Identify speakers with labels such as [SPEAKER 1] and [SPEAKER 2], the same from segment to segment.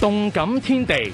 [SPEAKER 1] 動感天地，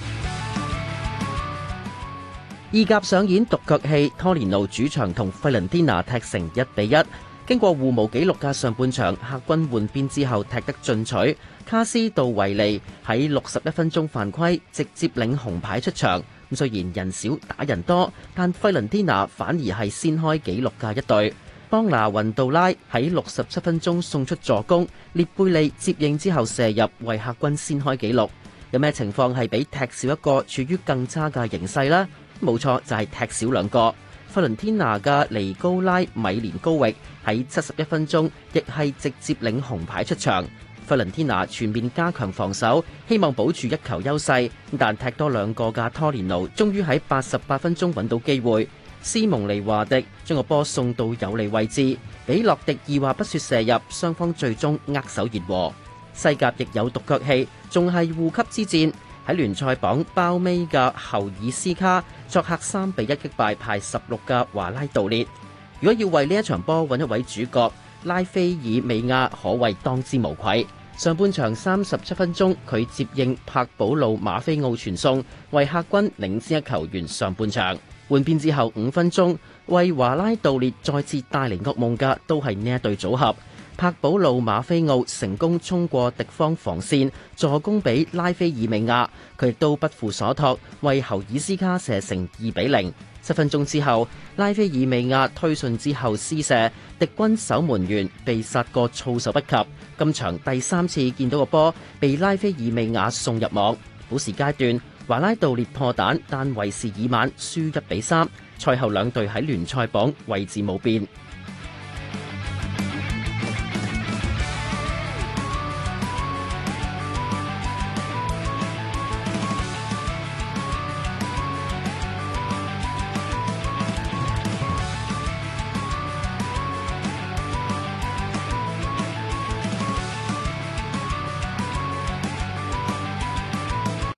[SPEAKER 2] 意甲上演獨腳戲，拖連奴主場同費倫天拿踢成1-1。經過互無紀錄嘅上半場，客軍換邊之後踢得進取，卡斯杜維利喺61分鐘犯規，直接領紅牌出場。雖然人少打人多，但費倫天拿反而係先開紀錄嘅一隊。邦拿雲杜拉喺67分鐘送出助攻，列貝利接應之後射入，為客軍先開紀錄。有咩情況係比踢少一個處於更差嘅形勢呢？冇錯，就係踢少兩個。費倫天拿嘅尼高拉米連高域喺71分鐘亦係直接領紅牌出場。費倫天拿全面加強防守，希望保住一球優勢，但踢多兩個嘅拖連奴終於喺88分鐘揾到機會，斯蒙尼華迪將個波送到有利位置，俾洛迪二話不說射入，雙方最終握手言和。西甲亦有獨腳戲，仲係護級之戰。喺聯賽榜包尾嘅侯爾斯卡作客3-1擊敗排16嘅華拉道列。如果要為呢一場波揾一位主角，拉菲爾美亞可謂當之無愧。上半場37分鐘，佢接應柏保路馬菲奧傳送，為客軍領先一球完上半場。換邊之後5分鐘，為華拉道列再次帶嚟噩夢嘅都係呢一對組合。柏保路馬菲奧成功衝過敵方防線，助攻俾拉菲爾美亞，佢亦都不負所託，為侯爾斯卡射成2-0。7分鐘之後，拉菲爾美亞推進之後施射，敵軍守門員被殺個措手不及。今場第3次見到個波被拉菲爾美亞送入網。補時階段，華拉道列破蛋，但為時已晚，輸1-3。賽後兩隊喺聯賽榜位置冇變。